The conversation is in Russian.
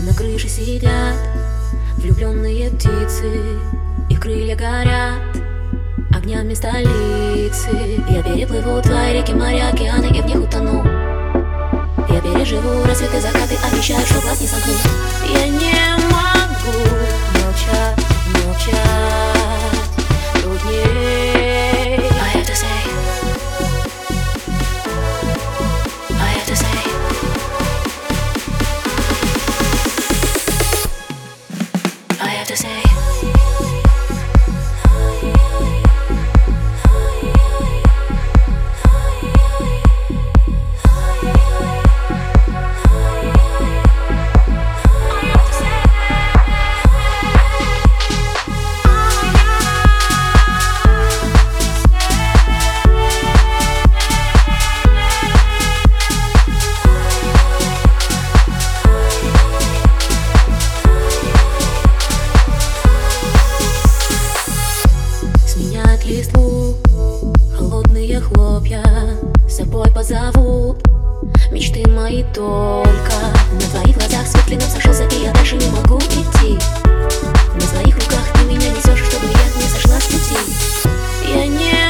На крыше сидят влюбленные птицы, их крылья горят огнями столицы. Я переплыву твои реки, моря, океаны и в них утону. Я переживу рассветы, закаты, обещаю, что глаз не сомкну. Я не могу молчать, молчать трудней. I have to say, I have to say, I have to say. Листву холодные хлопья с собой позовут мечты мои только. На твоих глазах свет клином сошелся, и я дальше не могу идти. На своих руках ты меня несешь, чтобы я не сошла с пути. Я не